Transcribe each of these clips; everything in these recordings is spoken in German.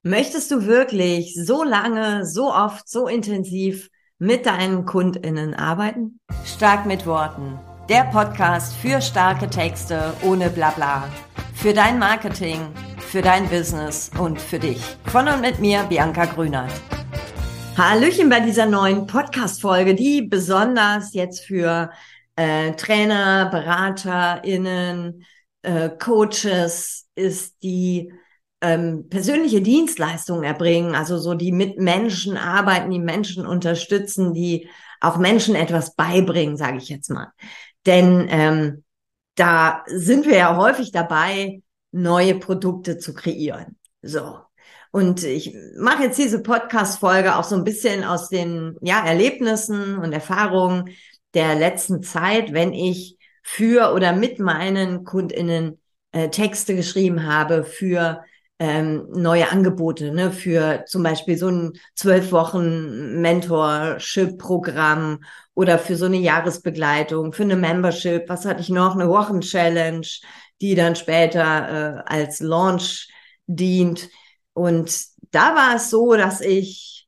Möchtest du wirklich so lange, so oft, so intensiv mit deinen KundInnen arbeiten? Stark mit Worten. Der Podcast für starke Texte ohne Blabla. Für dein Marketing, für dein Business und für dich. Von und mit mir, Bianca Grünert. Hallöchen bei dieser neuen Podcast-Folge, die besonders jetzt für Trainer, BeraterInnen, Coaches ist, die persönliche Dienstleistungen erbringen, also so die mit Menschen arbeiten, die Menschen unterstützen, die auch Menschen etwas beibringen, sage ich jetzt mal. Denn da sind wir ja häufig dabei, neue Produkte zu kreieren. So. Und ich mache jetzt diese Podcast-Folge auch so ein bisschen aus den Erlebnissen und Erfahrungen der letzten Zeit, wenn ich für oder mit meinen KundInnen Texte geschrieben habe für neue Angebote, ne, für zum Beispiel so ein 12 Wochen Mentorship-Programm oder für so eine Jahresbegleitung, für eine Membership. Was hatte ich noch? Eine Wochenchallenge, die dann später als Launch dient. Und da war es so, dass ich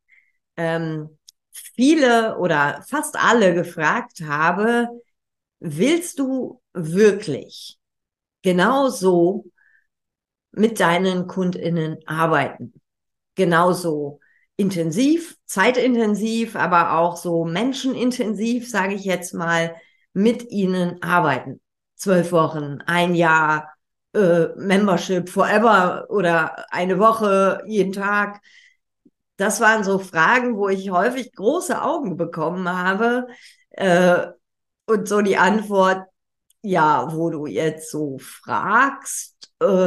viele oder fast alle gefragt habe, willst du wirklich genauso mit deinen KundInnen arbeiten? Genauso intensiv, zeitintensiv, aber auch so menschenintensiv, sage ich jetzt mal, mit ihnen arbeiten. 12 Wochen, ein Jahr, Membership forever oder eine Woche, jeden Tag. Das waren so Fragen, wo ich häufig große Augen bekommen habe. Äh, und so die Antwort, ja, wo du jetzt so fragst,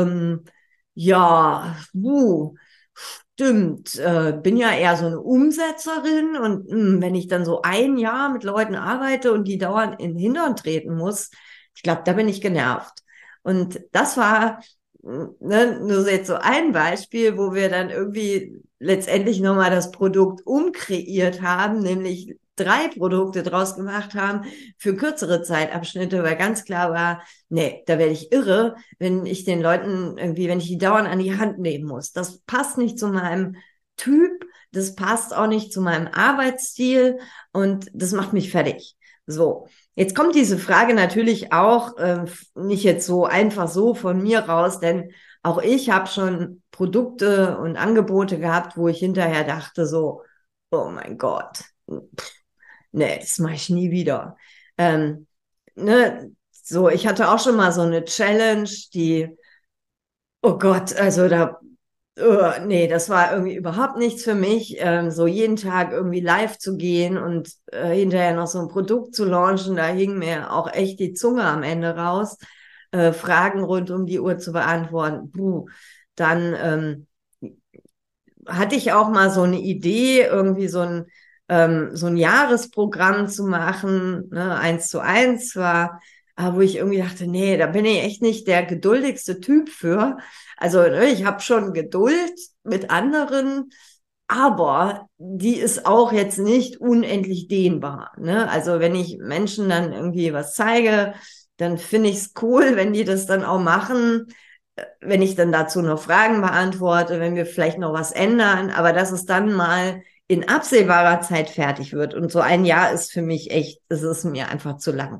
ja, stimmt, bin ja eher so eine Umsetzerin und wenn ich dann so ein Jahr mit Leuten arbeite und die dauernd in den Hintern treten muss, ich glaube, da bin ich genervt. Und das war nur so jetzt so ein Beispiel, wo wir dann irgendwie letztendlich nochmal das Produkt umkreiert haben, nämlich 3 Produkte draus gemacht haben für kürzere Zeitabschnitte, weil ganz klar war, nee, da werde ich irre, wenn ich den Leuten irgendwie, wenn ich die dauernd an die Hand nehmen muss. Das passt nicht zu meinem Typ, das passt auch nicht zu meinem Arbeitsstil und das macht mich fertig. So, jetzt kommt diese Frage natürlich auch nicht jetzt so einfach so von mir raus, denn auch ich habe schon Produkte und Angebote gehabt, wo ich hinterher dachte so, oh mein Gott, nee, das mache ich nie wieder. Ähm, ne, so, ich hatte auch schon mal so eine Challenge, die, oh Gott, also da, nee, das war irgendwie überhaupt nichts für mich, so jeden Tag irgendwie live zu gehen und hinterher noch so ein Produkt zu launchen, da hing mir auch echt die Zunge am Ende raus, Fragen rund um die Uhr zu beantworten. Puh. Dann hatte ich auch mal so eine Idee, irgendwie so ein Jahresprogramm zu machen, ne, 1:1 war, aber wo ich irgendwie dachte, nee, da bin ich echt nicht der geduldigste Typ für. Also ne, ich habe schon Geduld mit anderen, aber die ist auch jetzt nicht unendlich dehnbar. Ne? Also wenn ich Menschen dann irgendwie was zeige, dann finde ich es cool, wenn die das dann auch machen, wenn ich dann dazu noch Fragen beantworte, wenn wir vielleicht noch was ändern, aber dass es dann mal in absehbarer Zeit fertig wird. Und so ein Jahr ist für mich echt, es ist mir einfach zu lang.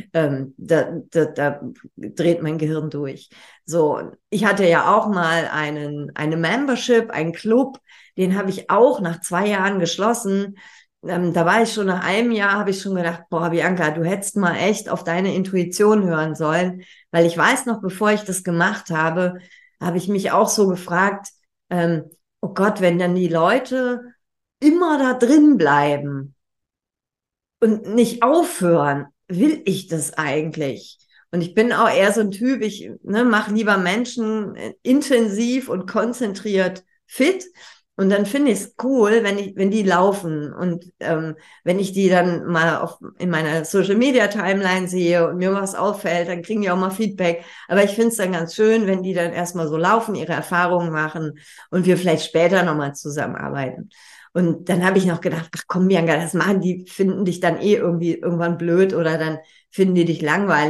Da dreht mein Gehirn durch. So, ich hatte ja auch mal eine Membership, einen Club, den habe ich auch nach 2 Jahren geschlossen. Da war ich schon nach einem Jahr, habe ich schon gedacht, boah, Bianca, du hättest mal echt auf deine Intuition hören sollen, weil ich weiß noch, bevor ich das gemacht habe, habe ich mich auch so gefragt, oh Gott, wenn dann die Leute immer da drin bleiben und nicht aufhören, will ich das eigentlich? Und ich bin auch eher so ein Typ, ich mache lieber Menschen intensiv und konzentriert fit. Und dann finde ich es cool, wenn die laufen und wenn ich die dann mal in meiner Social Media Timeline sehe und mir was auffällt, dann kriegen die auch mal Feedback. Aber ich finde es dann ganz schön, wenn die dann erstmal so laufen, ihre Erfahrungen machen und wir vielleicht später nochmal zusammenarbeiten. Und dann habe ich noch gedacht, ach komm, Bianca, das machen die, finden dich dann eh irgendwie irgendwann blöd oder dann finden die dich langweilig.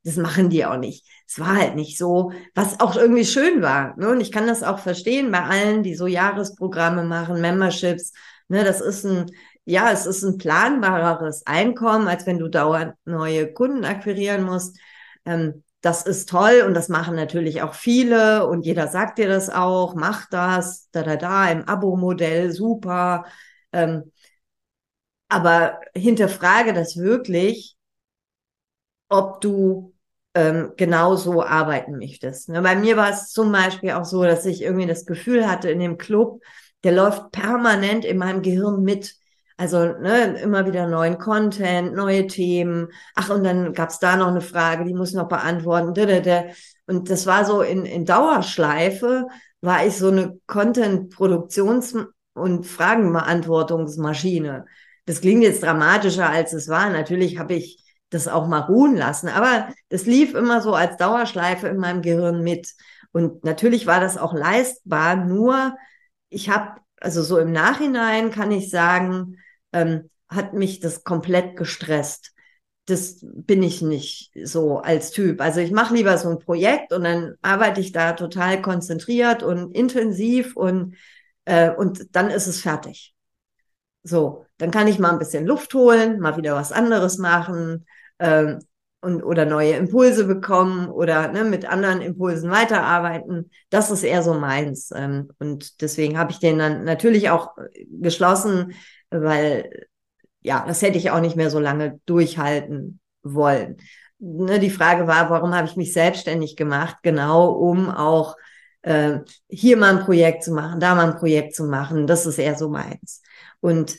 Das machen die auch nicht. Es war halt nicht so, was auch irgendwie schön war. Ne? Und ich kann das auch verstehen bei allen, die so Jahresprogramme machen, Memberships. Ne? Ja, es ist ein planbareres Einkommen, als wenn du dauernd neue Kunden akquirieren musst. Das ist toll und das machen natürlich auch viele und jeder sagt dir das auch, mach das, im Abo-Modell, super. Ähm, aber hinterfrage das wirklich, ob du genauso arbeiten möchtest. Ne? Bei mir war es zum Beispiel auch so, dass ich irgendwie das Gefühl hatte in dem Club, der läuft permanent in meinem Gehirn mit. Also ne, immer wieder neuen Content, neue Themen. Ach, und dann gab es da noch eine Frage, die muss ich noch beantworten. Und das war so in Dauerschleife, war ich so eine Content-Produktions- und Fragenbeantwortungsmaschine. Das klingt jetzt dramatischer, als es war. Natürlich habe ich das auch mal ruhen lassen. Aber das lief immer so als Dauerschleife in meinem Gehirn mit. Und natürlich war das auch leistbar, nur ich habe, also so im Nachhinein kann ich sagen, hat mich das komplett gestresst. Das bin ich nicht so als Typ. Also ich mache lieber so ein Projekt und dann arbeite ich da total konzentriert und intensiv und dann ist es fertig. So, dann kann ich mal ein bisschen Luft holen, mal wieder was anderes machen ähm, oder neue Impulse bekommen oder ne, mit anderen Impulsen weiterarbeiten. Das ist eher so meins. Und deswegen habe ich den dann natürlich auch geschlossen, weil ja, das hätte ich auch nicht mehr so lange durchhalten wollen. Ne, die Frage war, warum habe ich mich selbstständig gemacht? Genau, um auch äh, hier mal ein Projekt zu machen, da mal ein Projekt zu machen. Das ist eher so meins. Und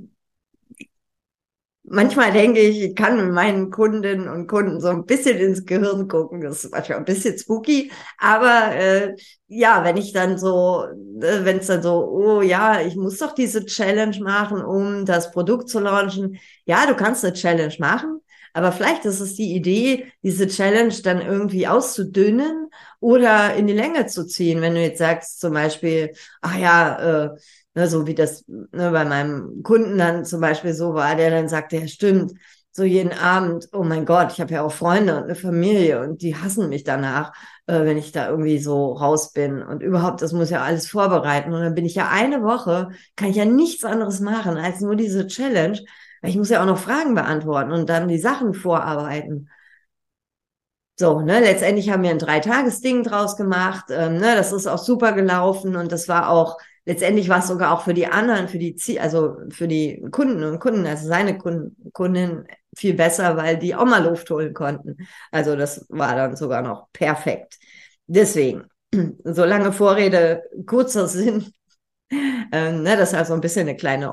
manchmal denke ich, ich kann mit meinen Kundinnen und Kunden so ein bisschen ins Gehirn gucken. Das ist manchmal ein bisschen spooky. Aber ja, wenn es dann so, oh ja, ich muss doch diese Challenge machen, um das Produkt zu launchen. Ja, du kannst eine Challenge machen. Aber vielleicht ist es die Idee, diese Challenge dann irgendwie auszudünnen oder in die Länge zu ziehen. Wenn du jetzt sagst, zum Beispiel, ach ja, ne, so wie das ne, bei meinem Kunden dann zum Beispiel so war, der dann sagte, ja stimmt, so jeden Abend, oh mein Gott, ich habe ja auch Freunde und eine Familie und die hassen mich danach, wenn ich da irgendwie so raus bin. Und überhaupt, das muss ja alles vorbereiten. Und dann bin ich ja eine Woche, kann ich ja nichts anderes machen als nur diese Challenge. Weil ich muss ja auch noch Fragen beantworten und dann die Sachen vorarbeiten. So, ne, letztendlich haben wir ein Dreitagesding draus gemacht. Ne, das ist auch super gelaufen und das war auch, letztendlich war es sogar auch für die anderen, also für die Kunden und Kunden, also seine Kunden viel besser, weil die auch mal Luft holen konnten. Also das war dann sogar noch perfekt. Deswegen, so lange Vorrede, kurzer Sinn. Ne, das ist also ein bisschen eine kleine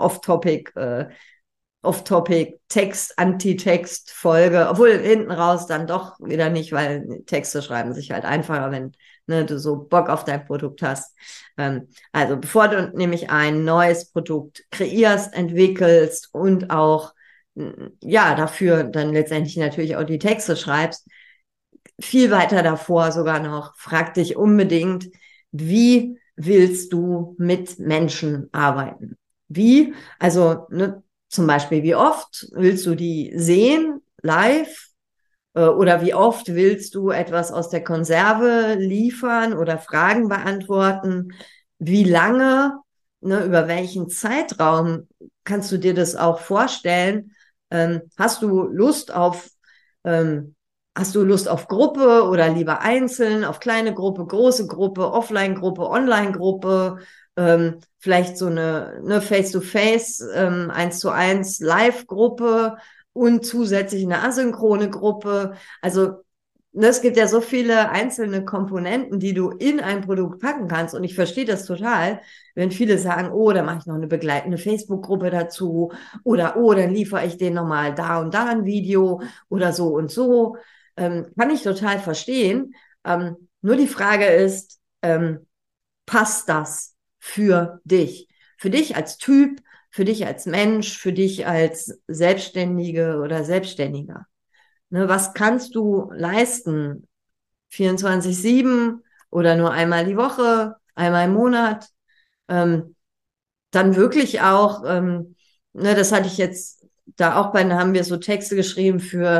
Off-Topic, Anti-Text-Folge, obwohl hinten raus dann doch wieder nicht, weil Texte schreiben sich halt einfacher, wenn ne, du so Bock auf dein Produkt hast. Also bevor du nämlich ein neues Produkt kreierst, entwickelst und auch ja dafür dann letztendlich natürlich auch die Texte schreibst, viel weiter davor sogar noch, frag dich unbedingt, wie willst du mit Menschen arbeiten? Wie? Also ne, zum Beispiel, wie oft willst du die sehen, live? Oder wie oft willst du etwas aus der Konserve liefern oder Fragen beantworten? Wie lange, ne, über welchen Zeitraum kannst du dir das auch vorstellen? Hast du Lust ähm, hast du Lust auf Gruppe oder lieber einzeln, auf kleine Gruppe, große Gruppe, Offline-Gruppe, Online-Gruppe? Vielleicht so eine Face-to-Face, 1:1 Live-Gruppe und zusätzlich eine asynchrone Gruppe. Also ne, es gibt ja so viele einzelne Komponenten, die du in ein Produkt packen kannst. Und ich verstehe das total, wenn viele sagen, oh, da mache ich noch eine begleitende Facebook-Gruppe dazu oder oh, dann liefere ich denen nochmal da und da ein Video oder so und so. Kann ich total verstehen. Nur die Frage ist, passt das für dich? Für dich als Typ, für dich als Mensch, für dich als Selbstständige oder Selbstständiger. Ne, was kannst du leisten? 24/7 oder nur einmal die Woche, einmal im Monat? Ähm, Dann wirklich auch, ne, das hatte ich jetzt da auch haben wir so Texte geschrieben für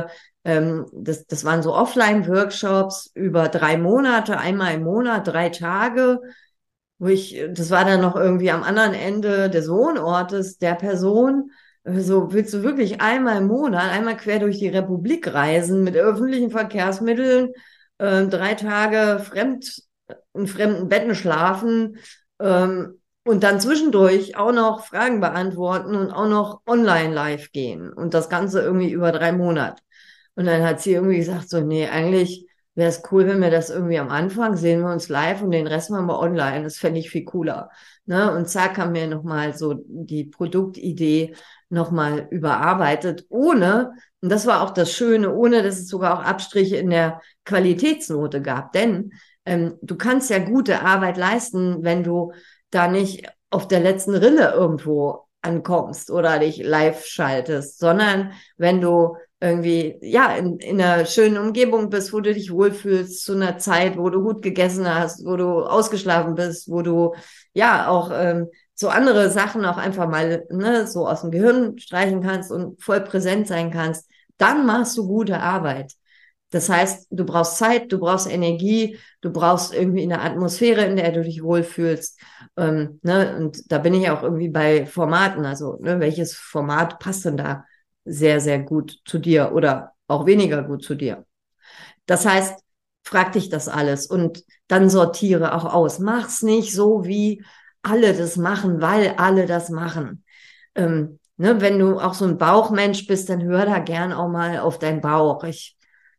Das waren so Offline-Workshops über 3 Monate, einmal im Monat, 3 Tage, das war dann noch irgendwie am anderen Ende des Wohnortes der Person. So, willst du wirklich einmal im Monat, einmal quer durch die Republik reisen mit öffentlichen Verkehrsmitteln, 3 Tage in fremden Betten schlafen, und dann zwischendurch auch noch Fragen beantworten und auch noch online live gehen und das Ganze irgendwie über 3 Monate. Und dann hat sie irgendwie gesagt, so, nee, eigentlich wäre es cool, wenn wir das irgendwie am Anfang sehen wir uns live und den Rest machen wir online. Das fände ich viel cooler. Ne? Und zack, haben wir nochmal so die Produktidee nochmal überarbeitet, ohne, und das war auch das Schöne, ohne dass es sogar auch Abstriche in der Qualitätsnote gab. Denn du kannst ja gute Arbeit leisten, wenn du da nicht auf der letzten Rille irgendwo ankommst oder dich live schaltest, sondern wenn du irgendwie, ja, in einer schönen Umgebung bist, wo du dich wohlfühlst, zu einer Zeit, wo du gut gegessen hast, wo du ausgeschlafen bist, wo du, ja, auch so andere Sachen auch einfach mal, ne, so aus dem Gehirn streichen kannst und voll präsent sein kannst, dann machst du gute Arbeit. Das heißt, du brauchst Zeit, du brauchst Energie, du brauchst irgendwie eine Atmosphäre, in der du dich wohlfühlst. Ne? Und da bin ich auch irgendwie bei Formaten. Also, ne, welches Format passt denn da sehr, sehr gut zu dir oder auch weniger gut zu dir? Das heißt, frag dich das alles und dann sortiere auch aus. Mach's nicht so, wie alle das machen, weil alle das machen. Ne, wenn du auch so ein Bauchmensch bist, dann hör da gern auch mal auf deinen Bauch. Ich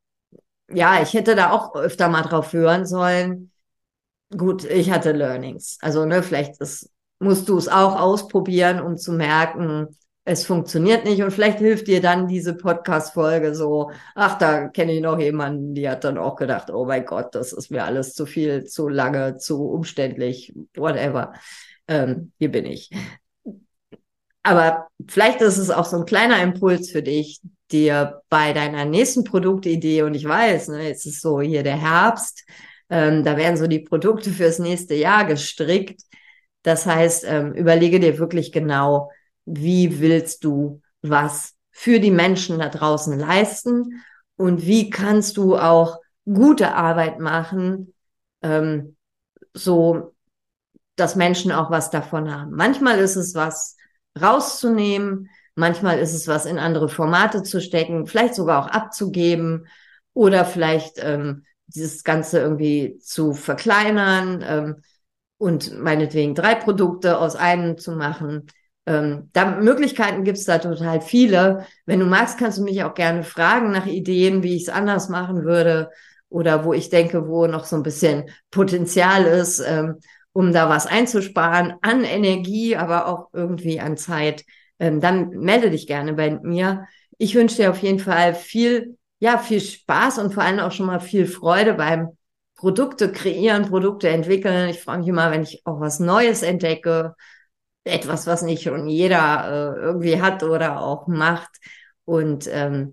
hätte da auch öfter mal drauf hören sollen. Gut, ich hatte Learnings. Also, ne, musst du es auch ausprobieren, um zu merken, es funktioniert nicht. Und vielleicht hilft dir dann diese Podcast-Folge so, ach, da kenne ich noch jemanden, die hat dann auch gedacht, oh mein Gott, das ist mir alles zu viel, zu lange, zu umständlich, whatever. Hier bin ich. Aber vielleicht ist es auch so ein kleiner Impuls für dich, dir bei deiner nächsten Produktidee, und ich weiß, ne, jetzt ist so hier der Herbst, da werden so die Produkte fürs nächste Jahr gestrickt. Das heißt, überlege dir wirklich genau, wie willst du was für die Menschen da draußen leisten und wie kannst du auch gute Arbeit machen, so dass Menschen auch was davon haben. Manchmal ist es was rauszunehmen, manchmal ist es was in andere Formate zu stecken, vielleicht sogar auch abzugeben oder vielleicht dieses Ganze irgendwie zu verkleinern und meinetwegen 3 Produkte aus einem zu machen. Möglichkeiten gibt es da total viele. Wenn du magst, kannst du mich auch gerne fragen nach Ideen, wie ich es anders machen würde oder wo ich denke, wo noch so ein bisschen Potenzial ist, um da was einzusparen an Energie, aber auch irgendwie an Zeit. Dann melde dich gerne bei mir. Ich wünsche dir auf jeden Fall viel Spaß und vor allem auch schon mal viel Freude beim Produkte kreieren, Produkte entwickeln. Ich freue mich immer, wenn ich auch was Neues entdecke, etwas, was nicht schon jeder irgendwie hat oder auch macht. Und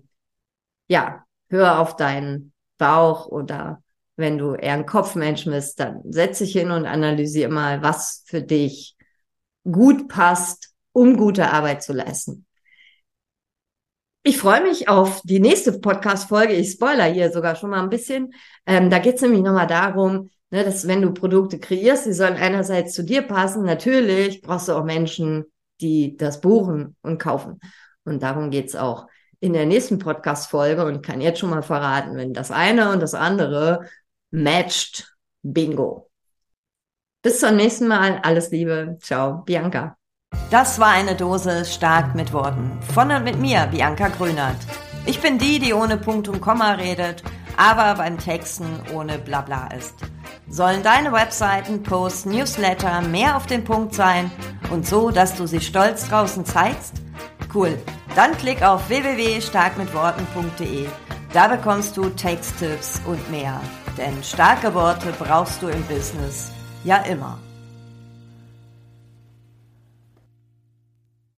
hör auf deinen Bauch, oder wenn du eher ein Kopfmensch bist, dann setz dich hin und analysier mal, was für dich gut passt, um gute Arbeit zu leisten. Ich freue mich auf die nächste Podcast-Folge. Ich spoiler hier sogar schon mal ein bisschen. Da geht es nämlich nochmal darum, ne, dass wenn du Produkte kreierst, die sollen einerseits zu dir passen. Natürlich brauchst du auch Menschen, die das buchen und kaufen. Und darum geht es auch in der nächsten Podcast-Folge. Und ich kann jetzt schon mal verraten, wenn das eine und das andere matcht, bingo. Bis zum nächsten Mal. Alles Liebe. Ciao, Bianca. Das war eine Dose stark mit Worten. Von und mit mir, Bianca Grünert. Ich bin die ohne Punkt und Komma redet, aber beim Texten ohne Blabla ist. Sollen deine Webseiten, Posts, Newsletter mehr auf den Punkt sein und so, dass du sie stolz draußen zeigst? Cool. Dann klick auf www.starkmitworten.de. Da bekommst du Texttipps und mehr. Denn starke Worte brauchst du im Business ja immer.